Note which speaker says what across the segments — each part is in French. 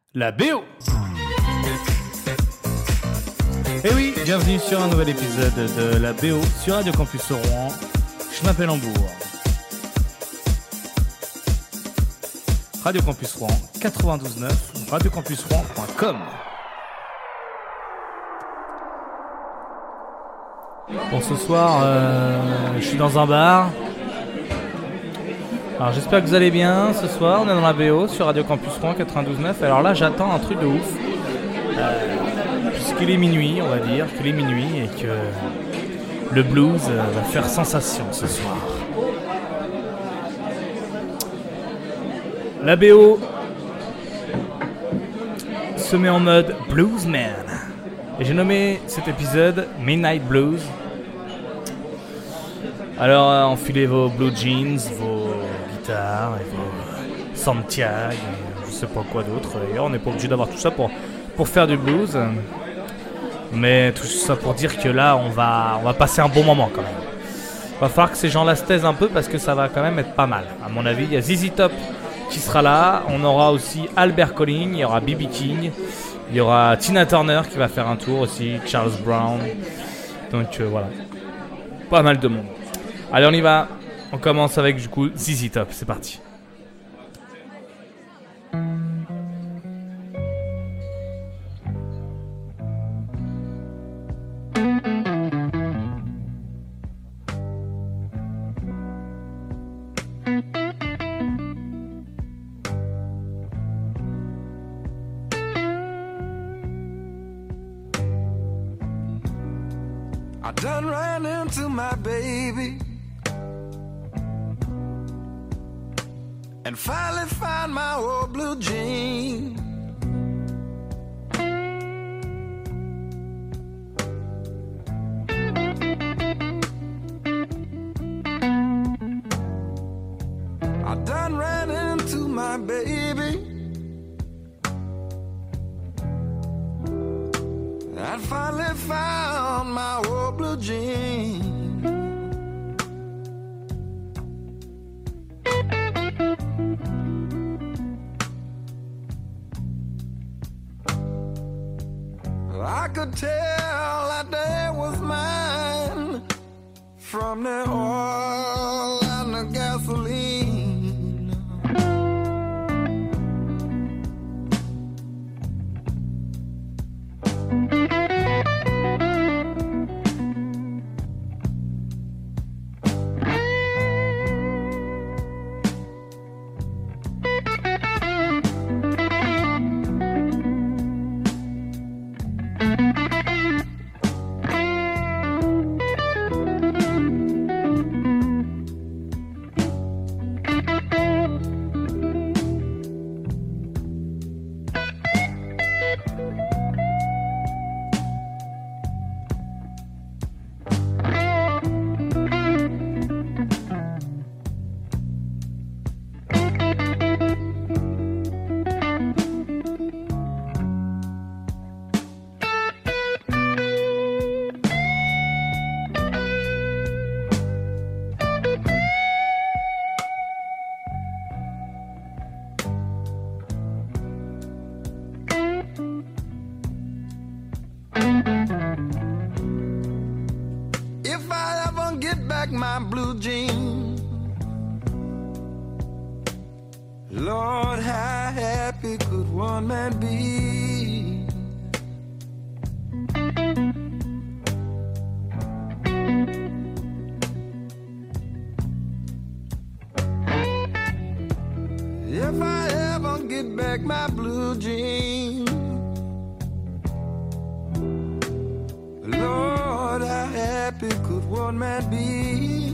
Speaker 1: la BO. Et oui, bienvenue sur un nouvel épisode de la BO sur Radio Campus Rouen. Je m'appelle Hambourg. Radio Campus Rouen 92.9, radiocampusrouen.com. Bon, ce soir, je suis dans un bar. Alors j'espère que vous allez bien. Ce soir, on est dans la BO sur Radio Campus Rouen 92.9. Alors là, j'attends un truc de ouf. Puisqu'il est minuit, on va dire qu'il est minuit et que le blues va faire sensation ce soir. La BO se met en mode bluesman. Et j'ai nommé cet épisode Midnight Blues. Alors enfilez vos blue jeans, vos guitares et vos Santiago, je sais pas quoi d'autre. D'ailleurs, on n'est pas obligé d'avoir tout ça pour faire du blues. Mais tout ça pour dire que là, on va passer un bon moment quand même. Va falloir que ces gens-là se taisent un peu parce que ça va quand même être pas mal. À mon avis, il y a ZZ Top qui sera là. On aura aussi Albert Colling, il y aura B.B. King. Il y aura Tina Turner qui va faire un tour aussi, Charles Brown. Donc voilà, pas mal de monde. Allez, on y va. On commence avec du coup ZZ Top. C'est parti.
Speaker 2: I done ran into my baby and finally found my old blue jean. I done ran into my baby and finally found my old blue jean. I could tell that day was mine from the oil and the gasoline. If I ever get back my blue jeans, Lord, how happy could one man be? If I ever get back my blue jeans, Lord, how happy could one man be?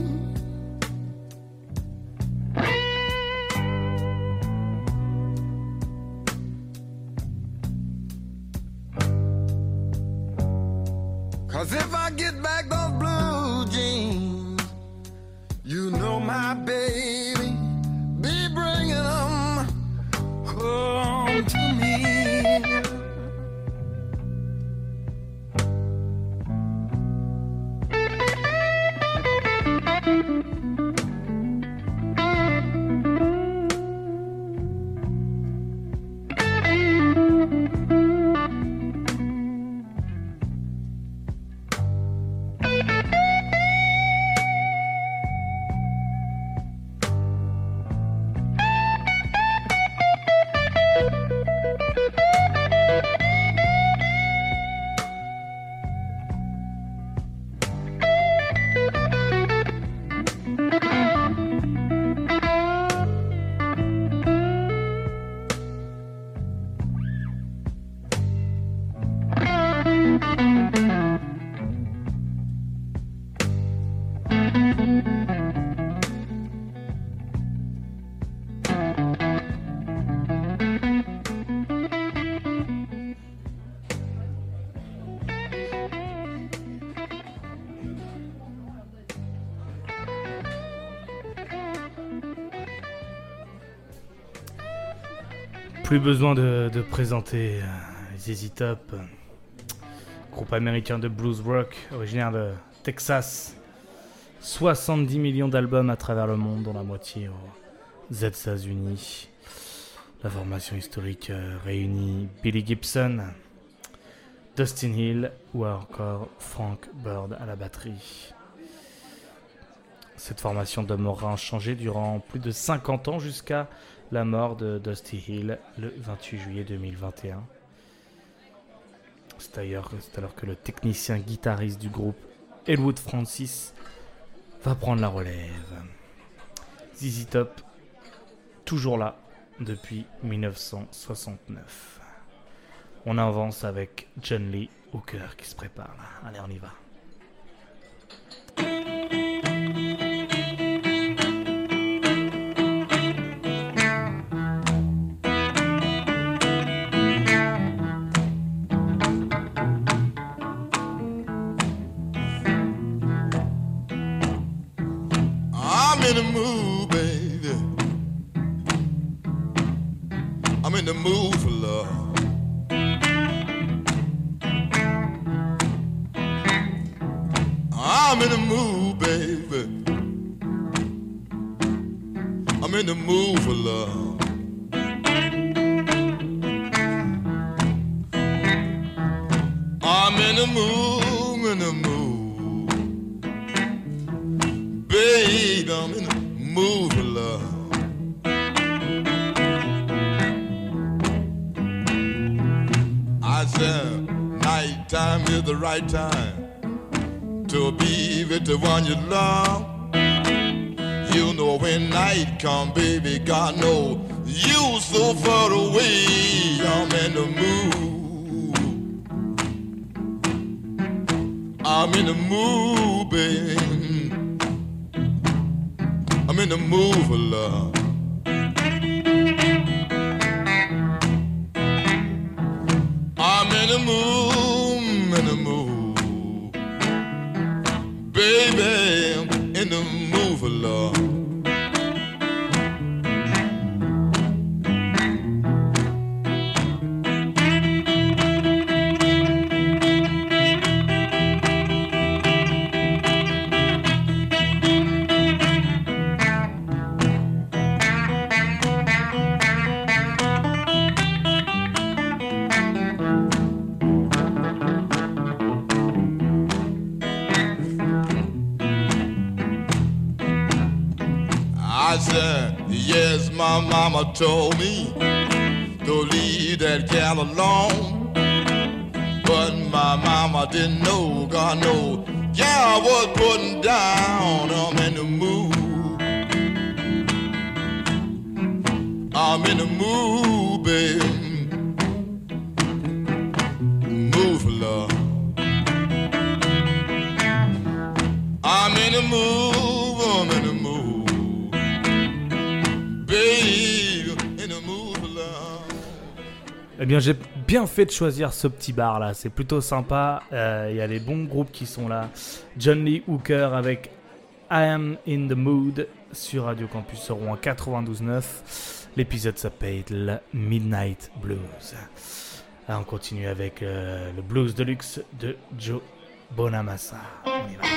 Speaker 2: Cause if I get back those blue jeans, you know my baby be bringing them home to me.
Speaker 1: Plus besoin de présenter ZZ Top, groupe américain de blues rock, originaire de Texas. 70 millions d'albums à travers le monde, dont la moitié aux États-Unis. La formation historique réunit Billy Gibson, Dustin Hill ou encore Frank Bird à la batterie. Cette formation demeurera inchangée durant plus de 50 ans jusqu'à la mort de Dusty Hill le 28 juillet 2021. C'est alors que le technicien guitariste du groupe, Elwood Francis, va prendre la relève. ZZ Top, toujours là depuis 1969. On avance avec John Lee Hooker qui se prépare là. Allez, on y va.
Speaker 2: I'm in the mood, baby. I'm in the mood for love. I'm in the mood, baby. I'm in the mood for love. I'm in the mood, in the mood. Baby, I'm in the mood for love. I said, nighttime is the right time to be with the one you love. You know when night come, baby, God know you so far away. I'm in the mood. I'm in the mood, baby. I'm in the mood for love. I'm in the mood, in the mood. Baby, I'm in the mood for love. I said, yes, my mama told me to leave that gal alone. But my mama didn't know, God know, gal was putting down. I'm in the mood. I'm in the mood, baby. Mood for love. I'm in the mood, I'm in the mood.
Speaker 1: Eh bien, j'ai bien fait de choisir ce petit bar là, c'est plutôt sympa. Il y a les bons groupes qui sont là. John Lee Hooker avec I Am in the Mood sur Radio Campus Rouen 92.9. L'épisode s'appelle Midnight Blues. Là, on continue avec le blues de luxe de Joe Bonamassa. On y va.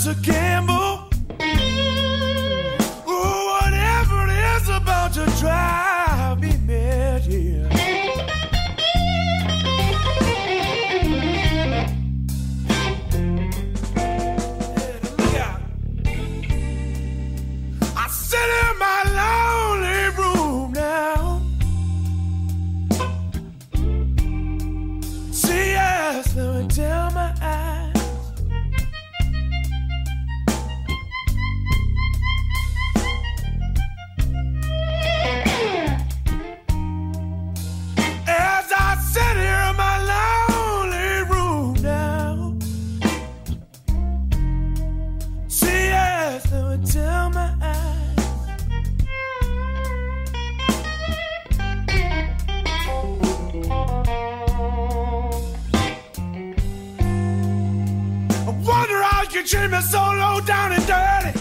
Speaker 2: to gamble. Ooh, whatever it is about to drive me mad, yeah. Sit in my lonely room now. Tears flowing down my eyes. As I sit here in my lonely room now. Tears flowing down my eyes. You treat me so low down and dirty.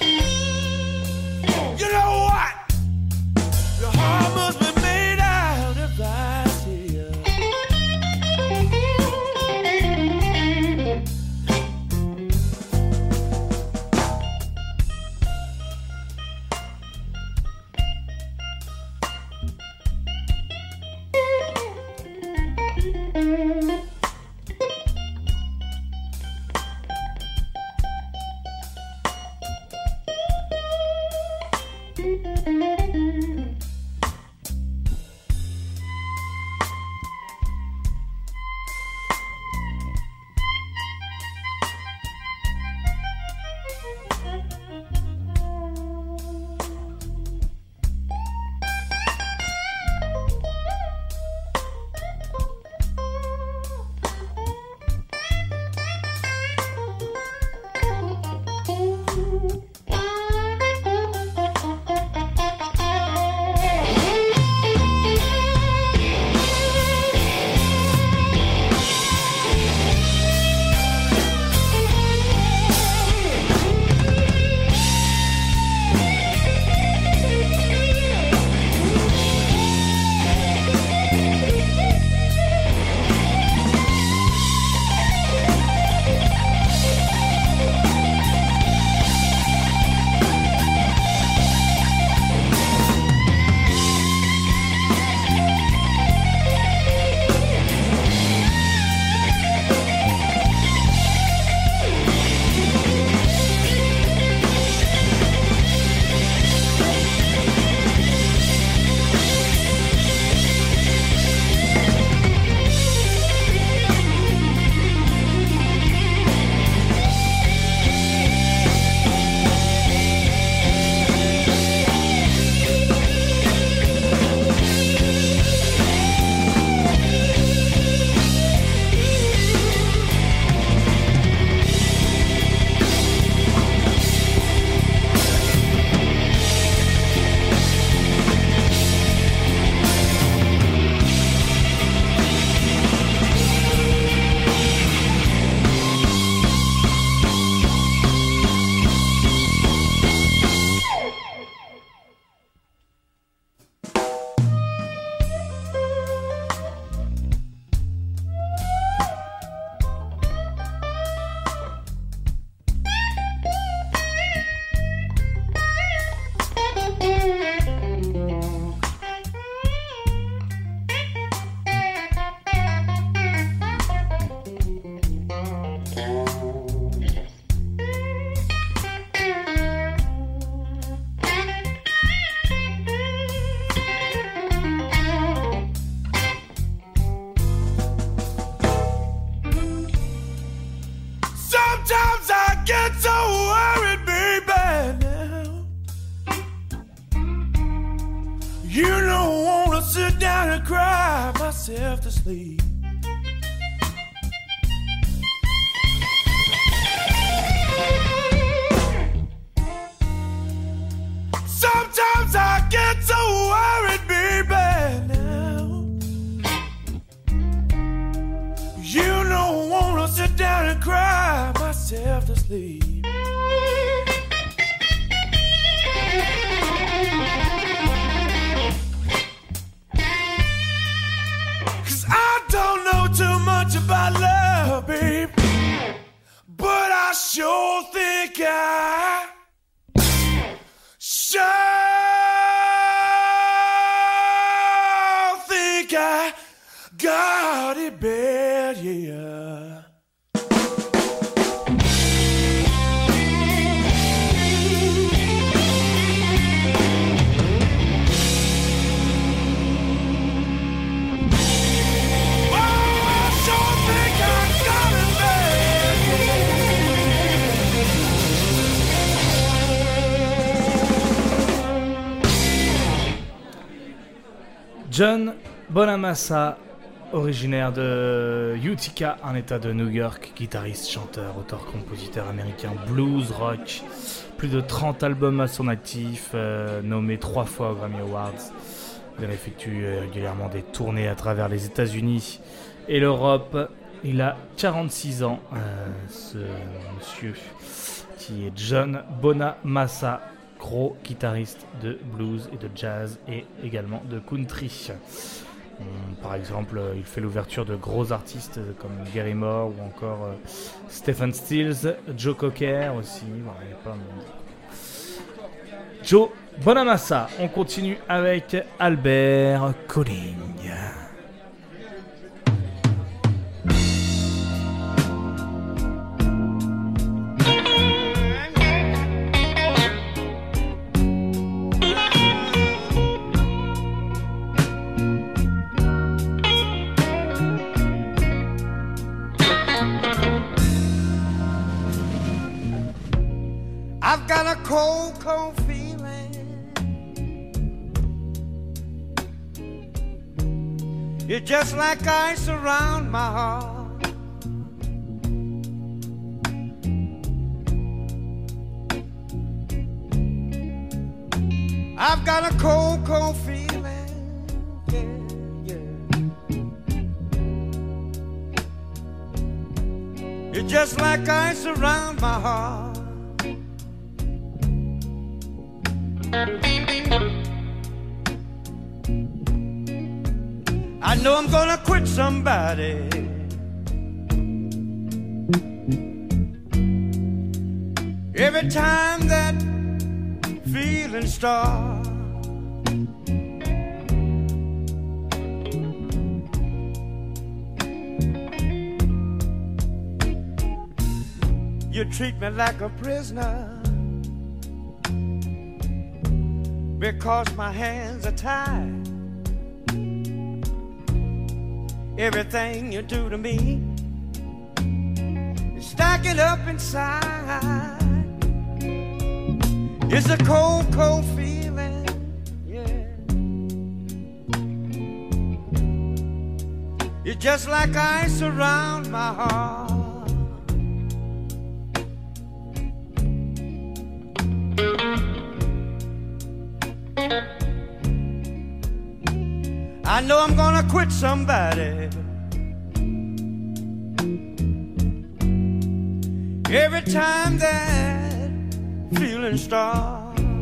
Speaker 2: You know what? Your heart must be made out of ice here. cry myself to sleep. Sometimes I get so worried, baby, now. You don't wanna sit down and cry myself to sleep. Too much about love, babe, but I sure think
Speaker 1: John Bonamassa, originaire de Utica, un état de New York, guitariste, chanteur, auteur, compositeur américain, blues, rock, plus de 30 albums à son actif, nommé 3 fois aux Grammy Awards. Il effectue régulièrement des tournées à travers les États-Unis et l'Europe. Il a 46 ans, ce monsieur qui est John Bonamassa, gros guitariste de blues et de jazz et également de country. Par exemple, il fait l'ouverture de gros artistes comme Gary Moore ou encore Stephen Stills, Joe Cocker aussi. Voilà, il y a pas de monde. Joe Bonamassa. On continue avec Albert Colling.
Speaker 2: I've got a cold, cold feeling. You're just like ice around my heart. I've got a cold, cold feeling. Yeah, yeah. You're just like ice around my heart. I know I'm gonna quit somebody. Every time that feeling starts, you treat me like a prisoner because my hands are tied. Everything you do to me is stacking up inside. It's a cold, cold feeling, yeah. You're just like ice around my heart. I know I'm gonna quit somebody. Every time that feeling starts,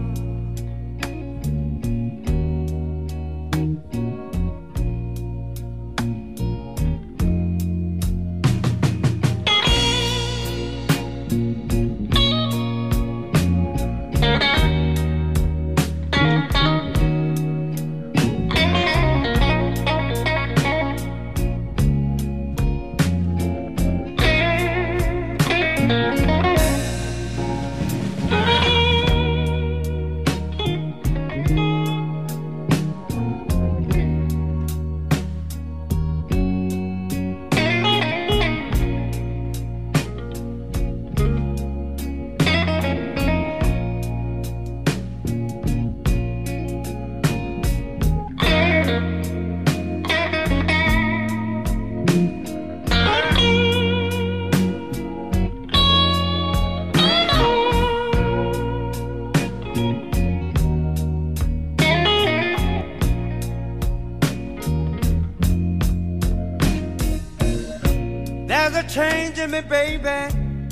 Speaker 2: there's a change in me, baby.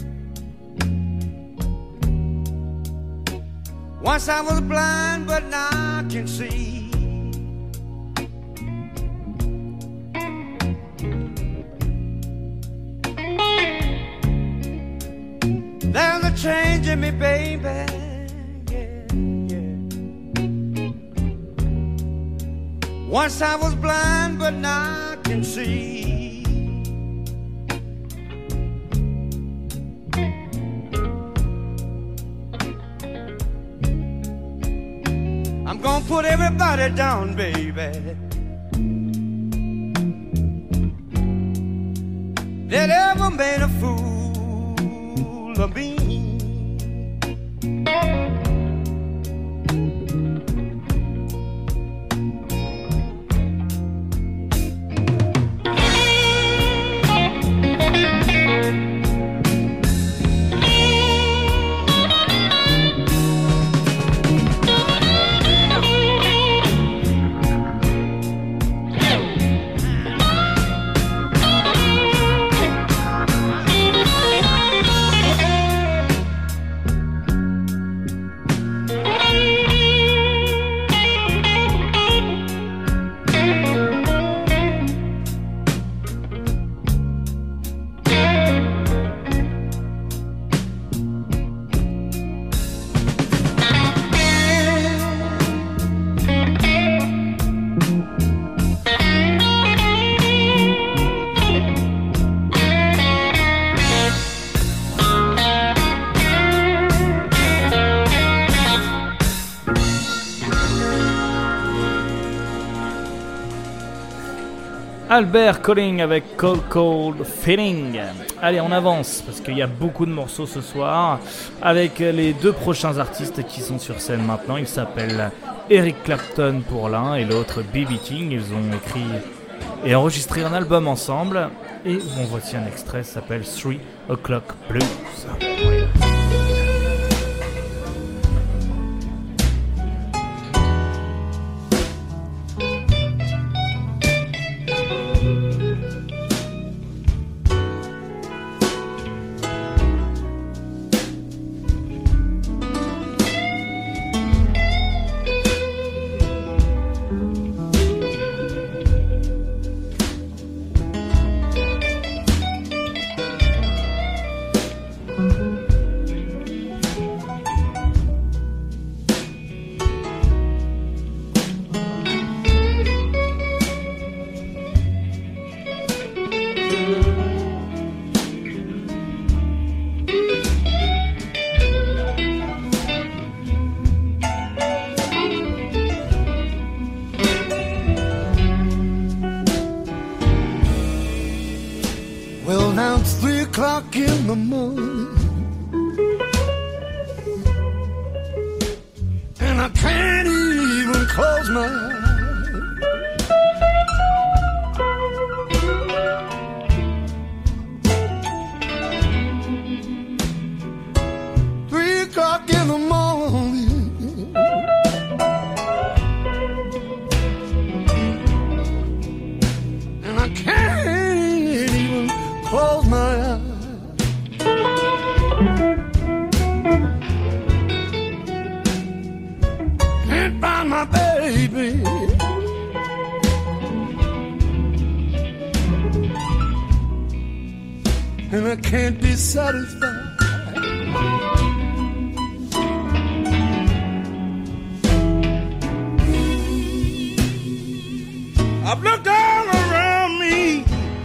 Speaker 2: Once I was blind, but now I can see. There's a change in me, baby. Yeah, yeah. Once I was blind, but now I can see. I'm gonna put everybody down, baby, that ever made a fool of me.
Speaker 1: Albert Calling avec Cold Cold Feeling. Allez, on avance parce qu'il y a beaucoup de morceaux ce soir avec les deux prochains artistes qui sont sur scène maintenant. Ils s'appellent Eric Clapton pour l'un et l'autre B.B. King. Ils ont écrit et enregistré un album ensemble et on voici un extrait, ça s'appelle 3 O'Clock Blues.
Speaker 2: In the morning, and I can't even close my eyes. 3 o'clock in the morning, and I can't even close my eyes. My baby, and I can't be satisfied. I've looked all around me,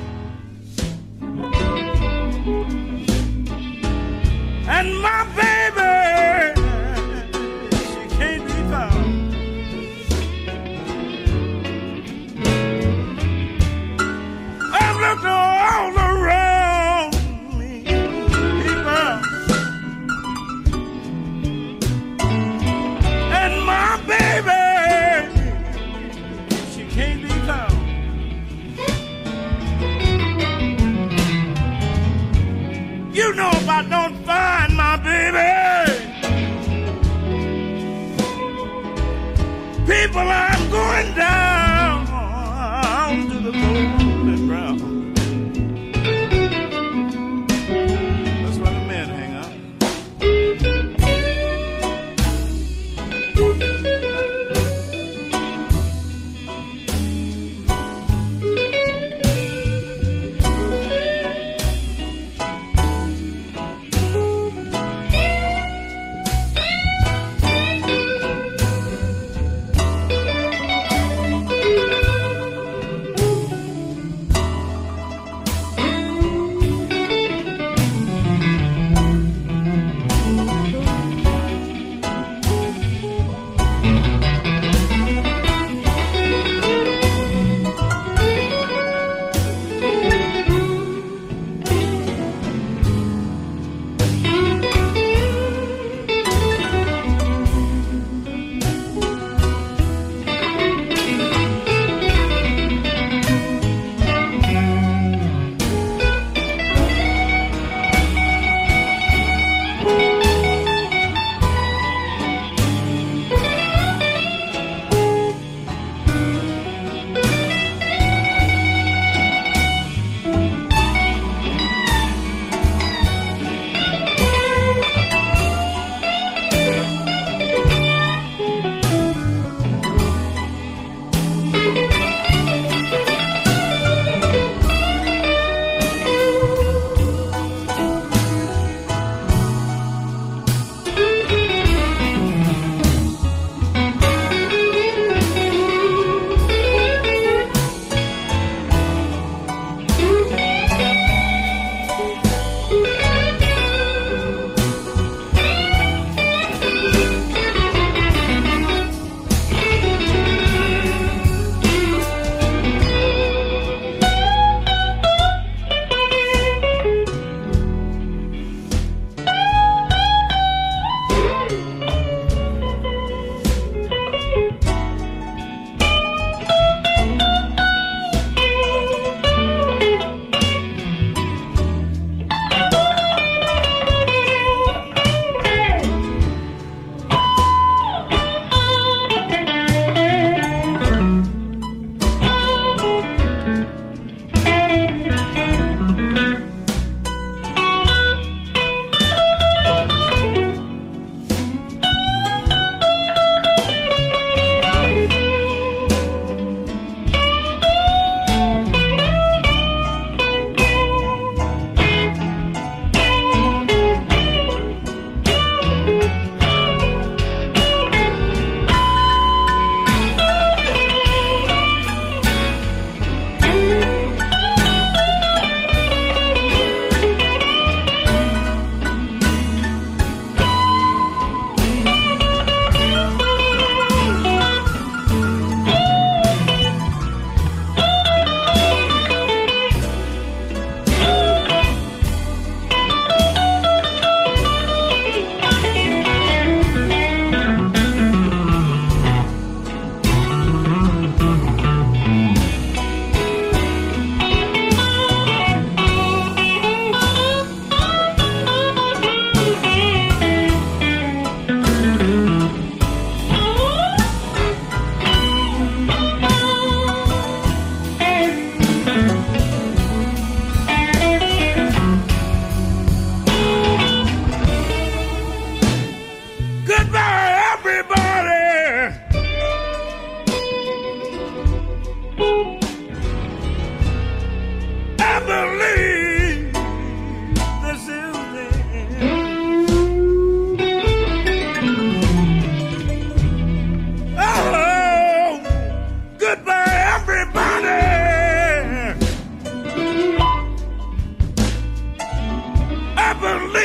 Speaker 2: and my baby, she can't be found. Look all around me, people, and my baby, she can't be found. You know if I don't find my baby, people, I'm going down to the golden ground.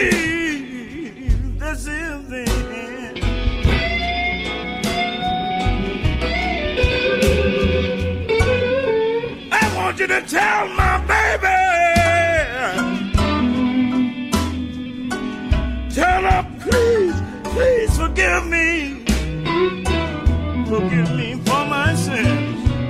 Speaker 2: believe this is the end. I want you to tell my baby, tell her please, please forgive me for my sins.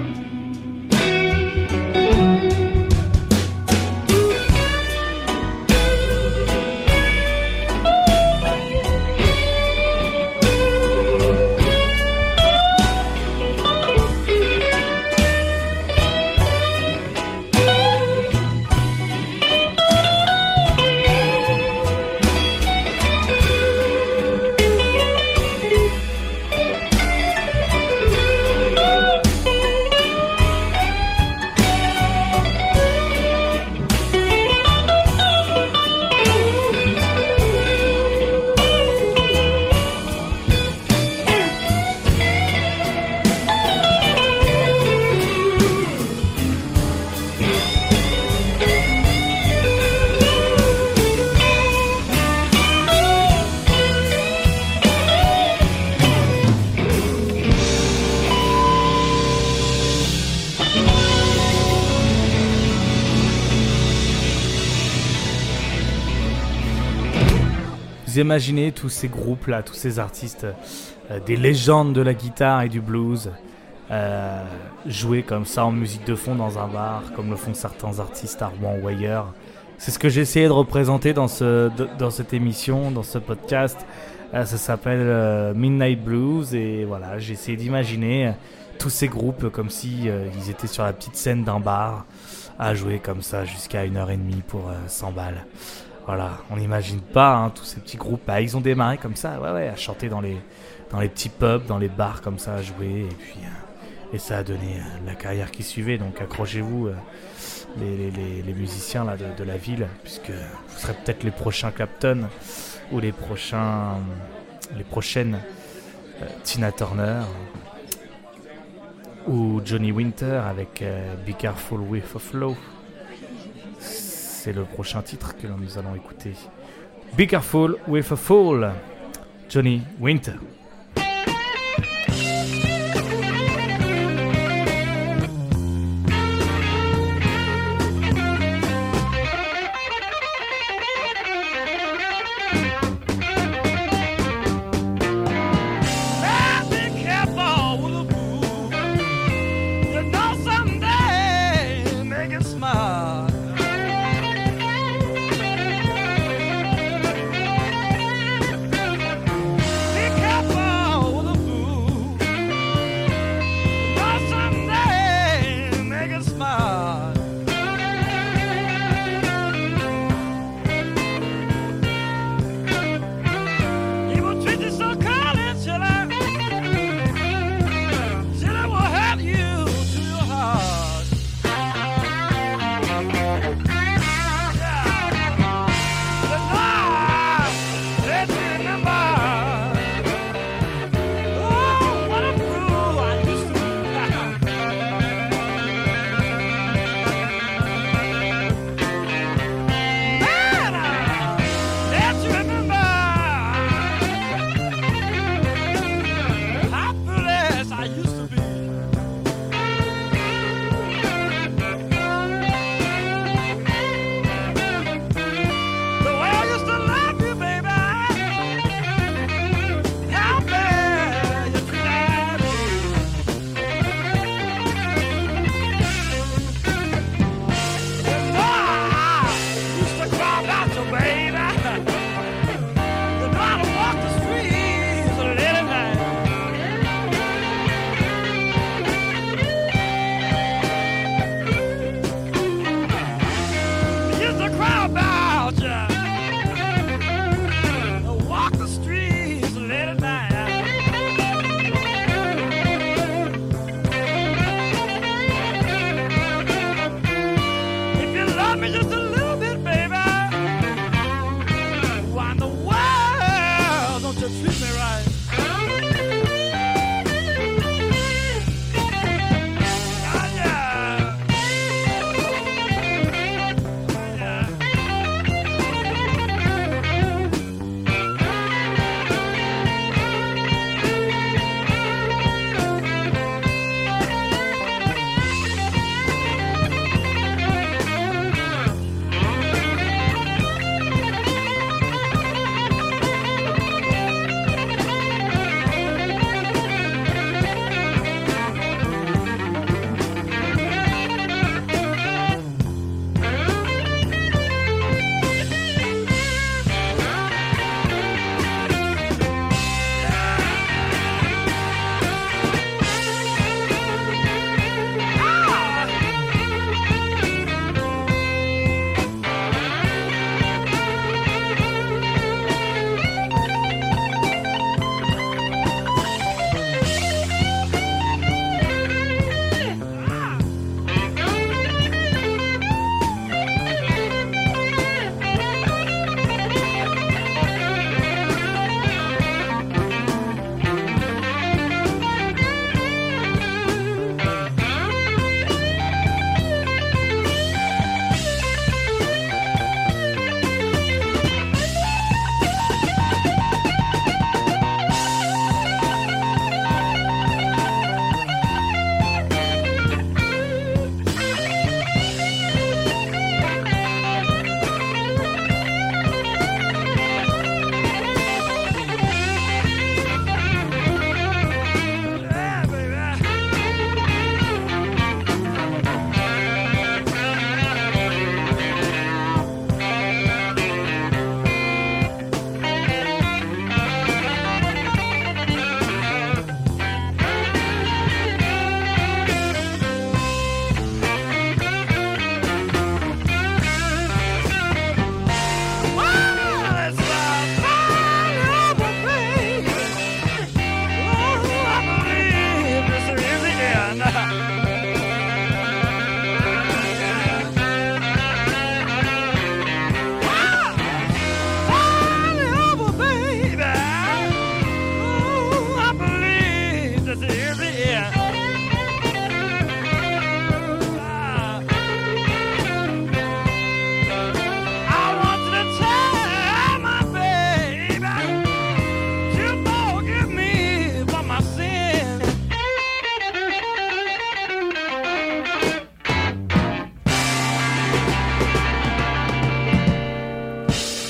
Speaker 1: Vous imaginez tous ces groupes-là, tous ces artistes, des légendes de la guitare et du blues, jouer comme ça en musique de fond dans un bar, comme le font certains artistes à Rouen ou ailleurs. C'est ce que j'ai essayé de représenter dans cette émission, dans ce podcast. Ça s'appelle Midnight Blues et voilà, j'ai essayé d'imaginer tous ces groupes comme si ils étaient sur la petite scène d'un bar à jouer comme ça jusqu'à 1h30 pour 100 balles. Voilà, on n'imagine pas tous ces petits groupes, ils ont démarré comme ça, ouais, à chanter dans les petits pubs, dans les bars comme ça, à jouer, et ça a donné la carrière qui suivait. Donc accrochez-vous les musiciens là de la ville, puisque vous serez peut-être les prochains Clapton ou les prochaines Tina Turner ou Johnny Winter avec Be Careful with a Flow. C'est le prochain titre que nous allons écouter. Be Careful with a Fool, Johnny Winter.
Speaker 2: Be careful.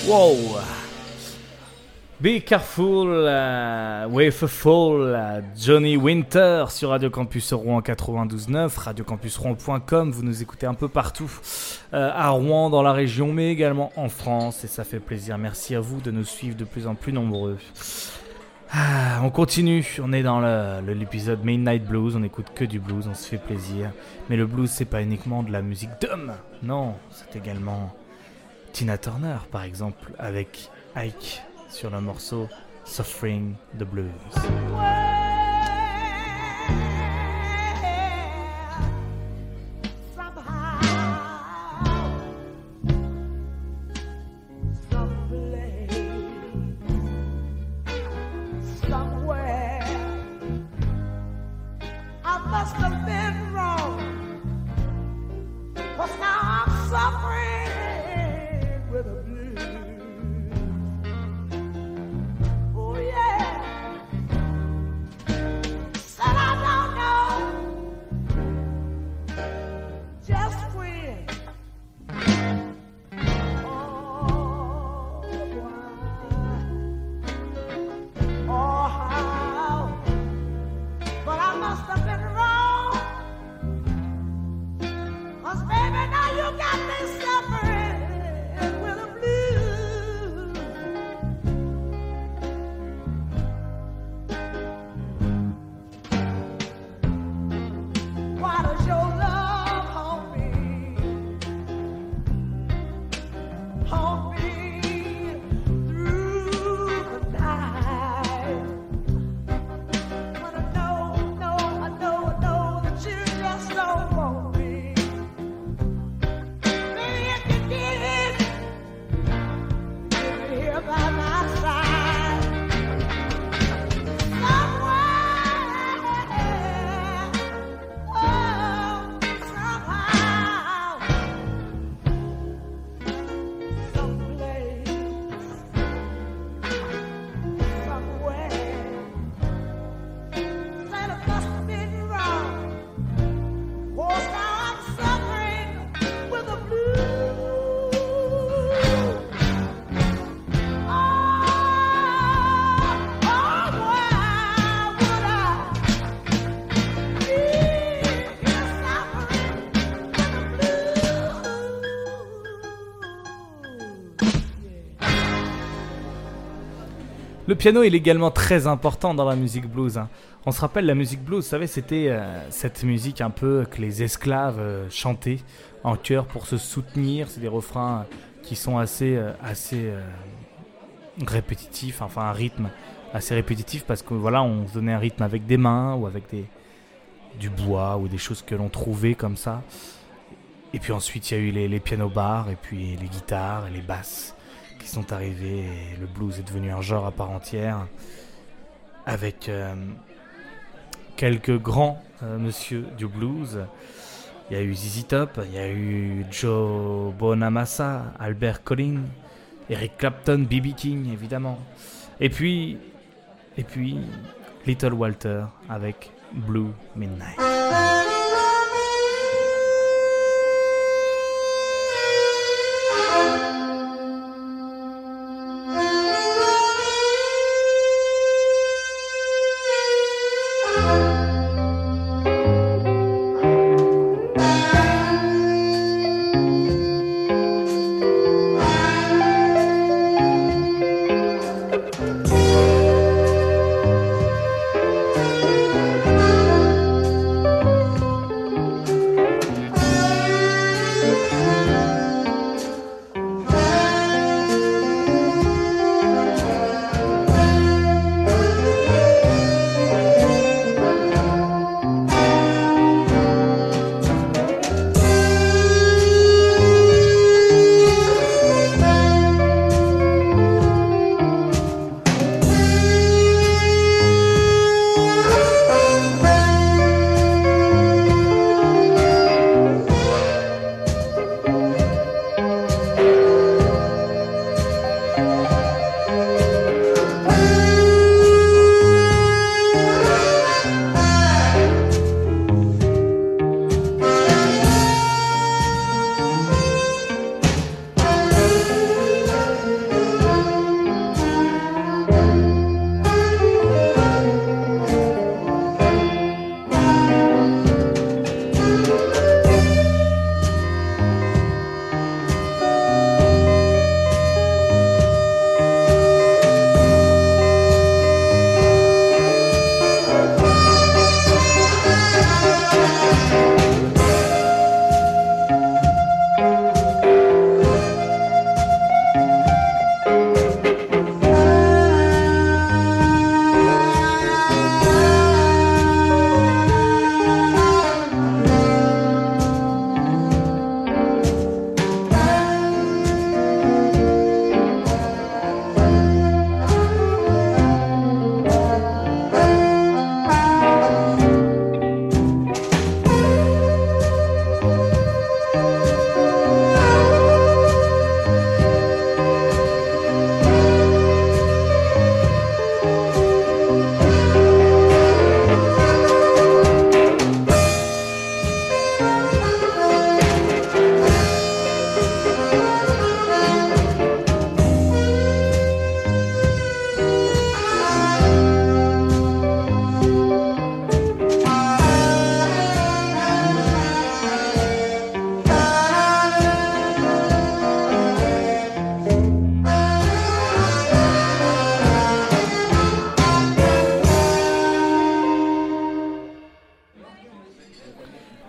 Speaker 1: Wow! Be careful with a fall, Johnny Winter sur Radio Campus Rouen 92.9, radiocampusrouen.com. Vous nous écoutez un peu partout, à Rouen, dans la région, mais également en France, et ça fait plaisir. Merci à vous de nous suivre de plus en plus nombreux. On continue, on est dans l'épisode Midnight Blues, on écoute que du blues, on se fait plaisir. Mais le blues, c'est pas uniquement de la musique d'homme, non, c'est également Tina Turner, par exemple, avec Ike sur le morceau Suffering the Blues. Le piano est également très important dans la musique blues. On se rappelle la musique blues, vous savez, c'était cette musique un peu que les esclaves chantaient en chœur pour se soutenir. C'est des refrains qui sont assez répétitifs, enfin un rythme assez répétitif parce que voilà, on se donnait un rythme avec des mains ou avec du bois ou des choses que l'on trouvait comme ça. Et puis ensuite il y a eu les pianos-bars et puis les guitares et les basses qui sont arrivés et le blues est devenu un genre à part entière avec quelques grands monsieur du blues. Il y a eu ZZ Top, il y a eu Joe Bonamassa, Albert Collin, Eric Clapton, B.B. King évidemment, et puis Little Walter avec Blue Midnight.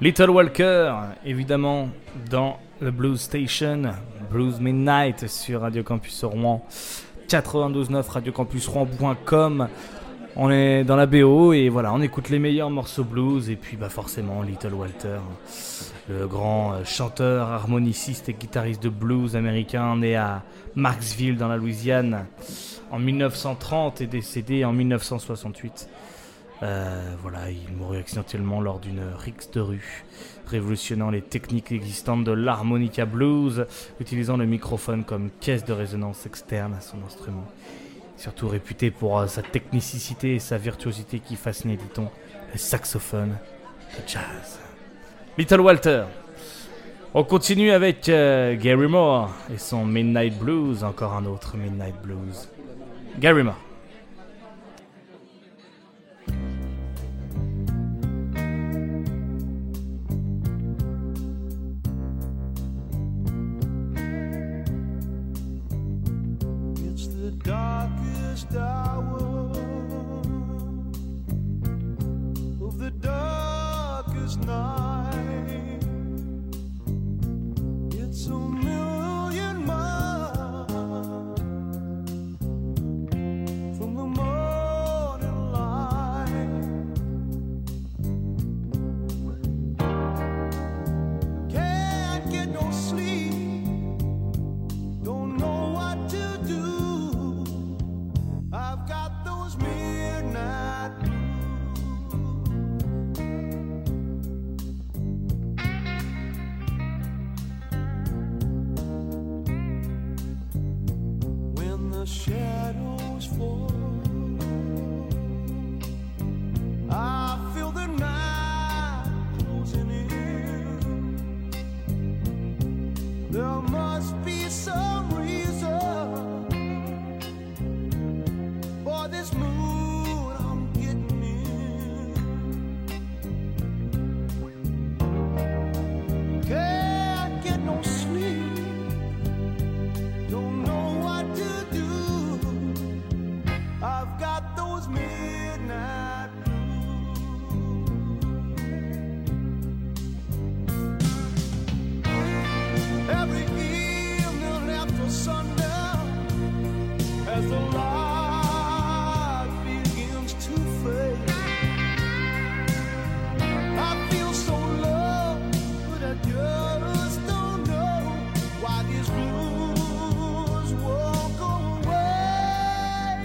Speaker 1: Little Walker, évidemment, dans le Blues Station, Blues Midnight sur Radio Campus Rouen, 92.9 radiocampusrouen.com. On est dans la BO et voilà, on écoute les meilleurs morceaux blues et puis forcément Little Walter, le grand chanteur, harmoniciste et guitariste de blues américain, né à Marksville dans la Louisiane en 1930 et décédé en 1968. Voilà, il mourut accidentellement lors d'une rixe de rue, révolutionnant les techniques existantes de l'harmonica blues, utilisant le microphone comme caisse de résonance externe à son instrument. Surtout réputé pour sa technicité et sa virtuosité qui fascinait, dit-on, le saxophone, le jazz. Little Walter. On continue avec Gary Moore et son Midnight Blues, encore un autre Midnight Blues. Gary Moore.
Speaker 2: Darkest hour of the darkest night. It's a million miles from the morning light. Can't get no sleep, don't know what to do. I've got those midnight blues. When the shadows fall, I feel the night closing in. There must be some reason for this mood I'm getting in. Can't get no sleep, don't know what to do. I've got those midnight blues. Every evening after sundown, as the light begins to fade, I feel so low, but I just don't know why these blues won't go away.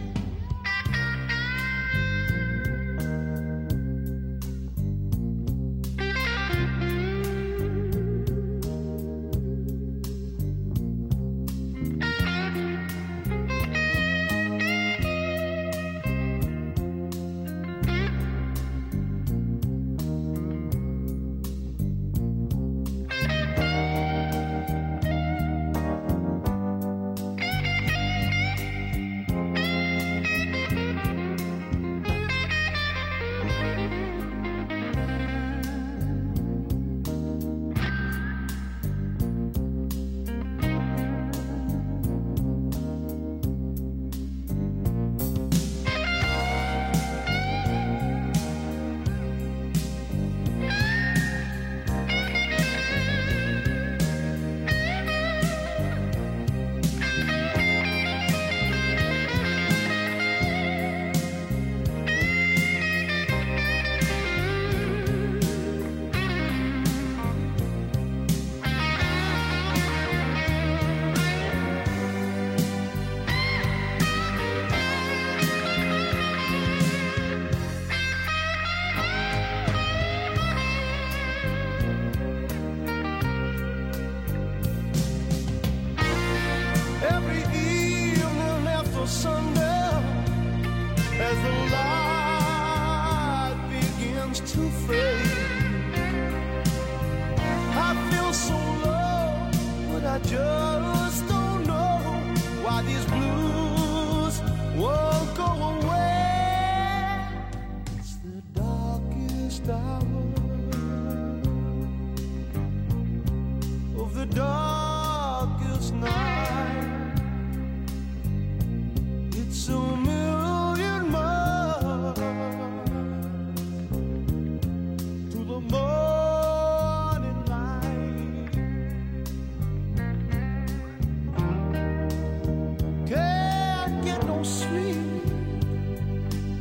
Speaker 2: Every evening after sundown, as the light begins to fade, I feel so low, but I just don't know why these blues won't go away. It's the darkest hour of the darkest night. It's a million miles to the moon.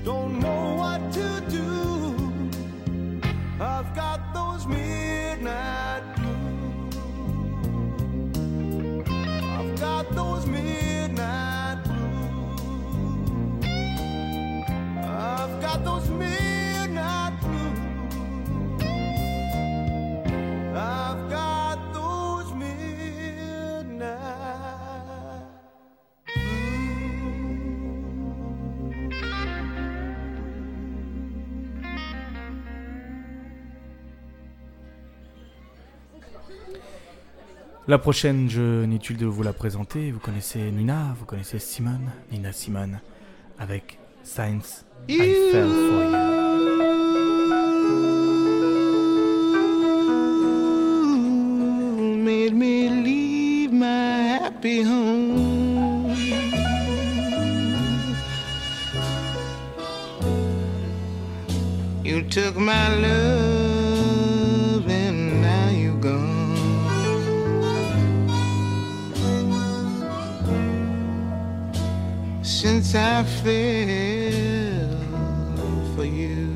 Speaker 2: don't know what to do. I've got those midnight blues. I've got those midnight blues. I've got those midnight blues. I've got those midnight.
Speaker 1: La prochaine, je n'inutile de vous la présenter. Vous connaissez Nina, vous connaissez Simone, Nina Simone, avec Since I Fell For You.
Speaker 2: Made me leave my happy home. You took my love and now you're gone. Since I fell for you.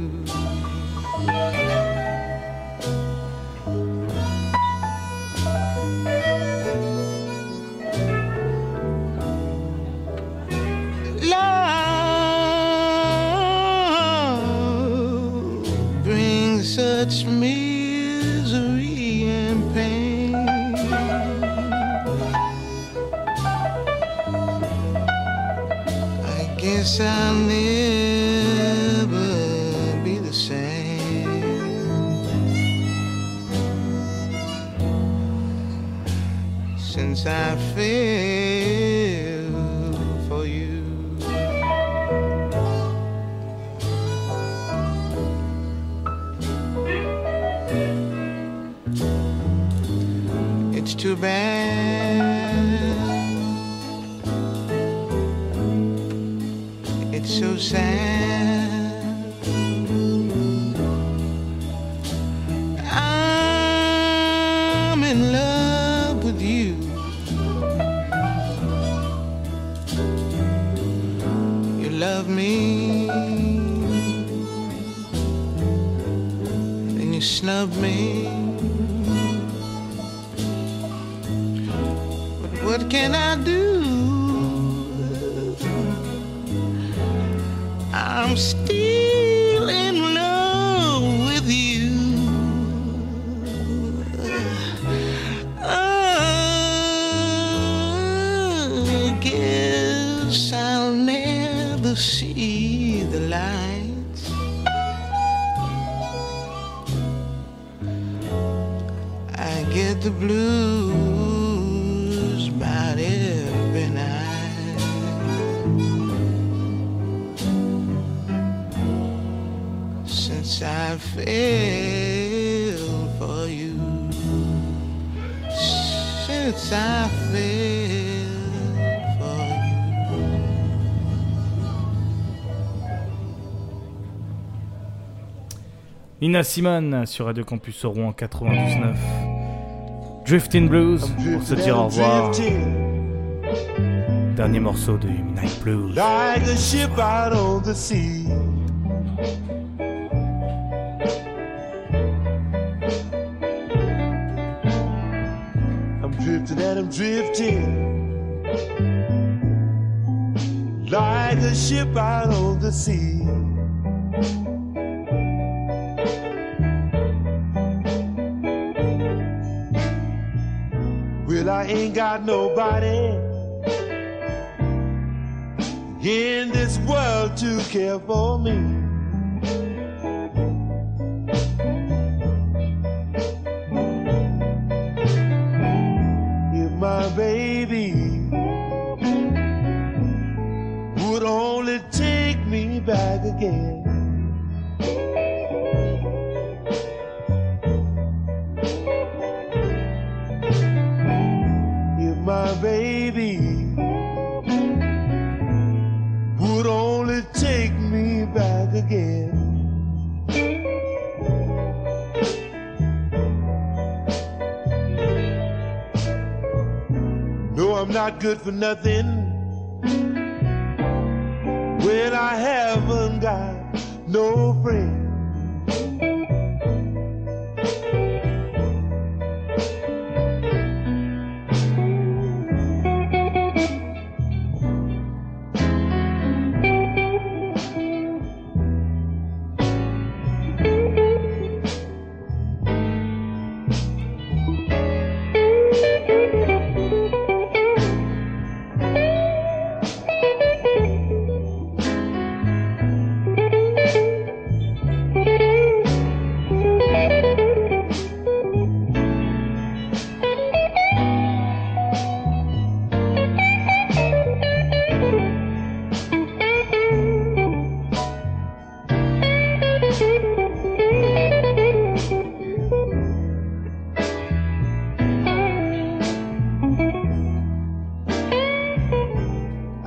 Speaker 2: Love brings such misery and pain. I guess I'll never be the same since I fell for you. It's too bad. It's so sad. I'm in love with you. You love me, then you snub me. But what can I do? I'm still in love with you. I guess I'll never see the lights. I get the blues about every night. Since I fell for you. Since I fell for you.
Speaker 1: Nina Simone sur Radio Campus Rouen 99. Drifting Blues pour se dire au revoir. Dernier morceau de Midnight Blues.
Speaker 3: Like a ship out on the sea. I'm drifting and I'm drifting. Like a ship out on the sea. Well, I ain't got nobody in this world to care for me. If my baby would only take me back again. My baby would only take me back again. No, I'm not good for nothing when I haven't got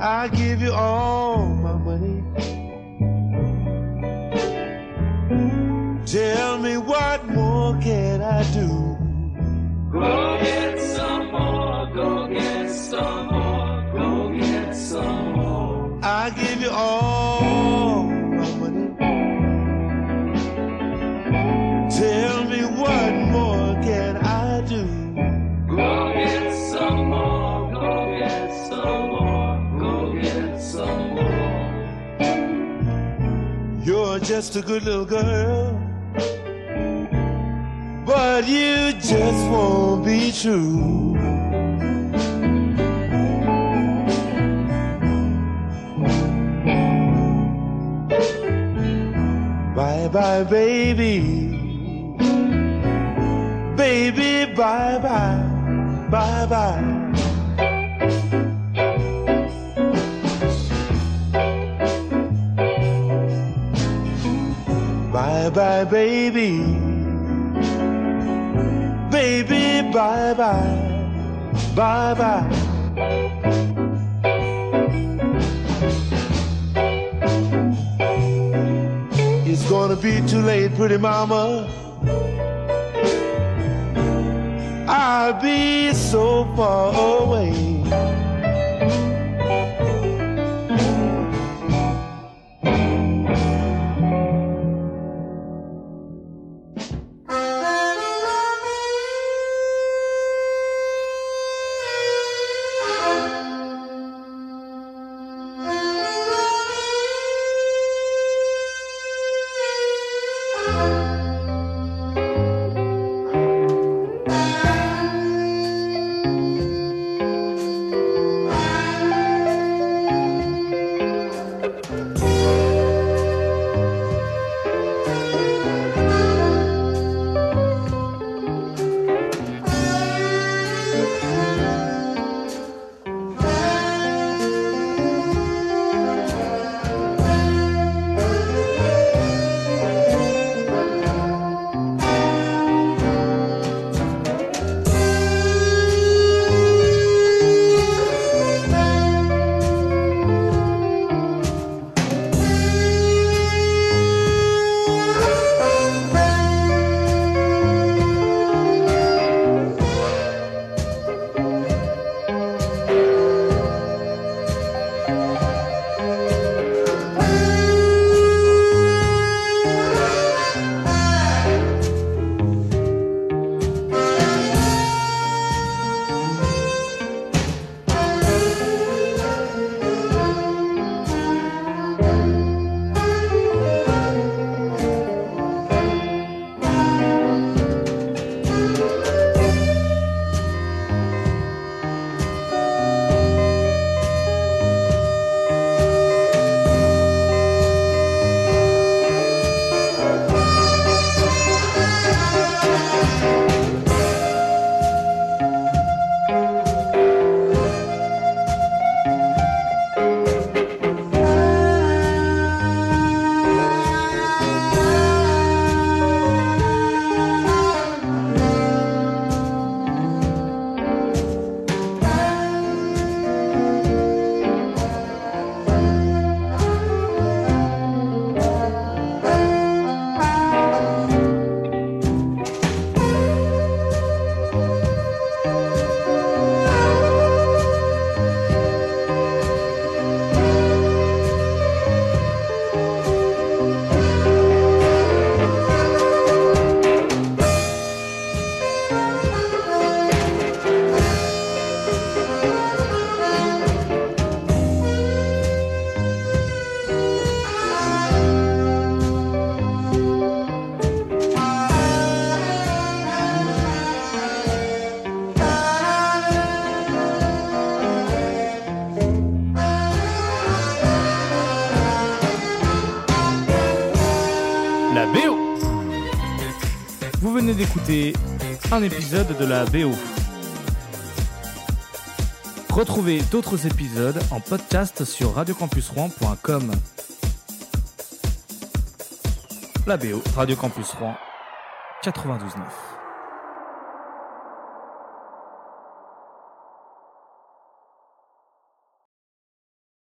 Speaker 3: I give you all my money. Tell me what more can I do?
Speaker 4: Go get some more, go get some more, go get some more.
Speaker 3: I give you all my money. Tell me what more can I do?
Speaker 4: Go get some more, go get some more, go get some more.
Speaker 3: You're just a good little girl, but you just won't be true. Bye bye baby, baby bye bye, bye bye. Bye bye baby, baby bye bye, bye bye. It's gonna be too late, pretty mama. I'll be so far away.
Speaker 1: venez d'écouter un épisode de la BO. Retrouvez d'autres épisodes en podcast sur radiocampusrouen.com. La BO, Radio Campus Rouen 92.9.